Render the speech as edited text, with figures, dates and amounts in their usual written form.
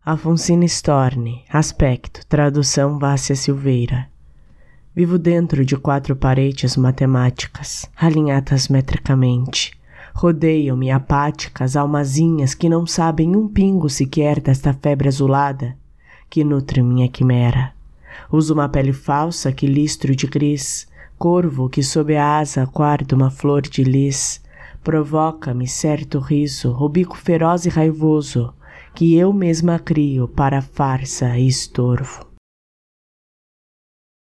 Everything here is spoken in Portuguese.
Afonsina Storni, aspecto, tradução Vácia Silveira. Vivo dentro de 4 paredes matemáticas, alinhadas metricamente. Rodeiam-me apáticas almazinhas que não sabem um pingo sequer desta febre azulada que nutre minha quimera. Uso uma pele falsa que listro de gris, corvo que sob a asa guarda uma flor de lis. Provoca-me certo riso, o bico feroz e raivoso, que eu mesma crio para farsa e estorvo.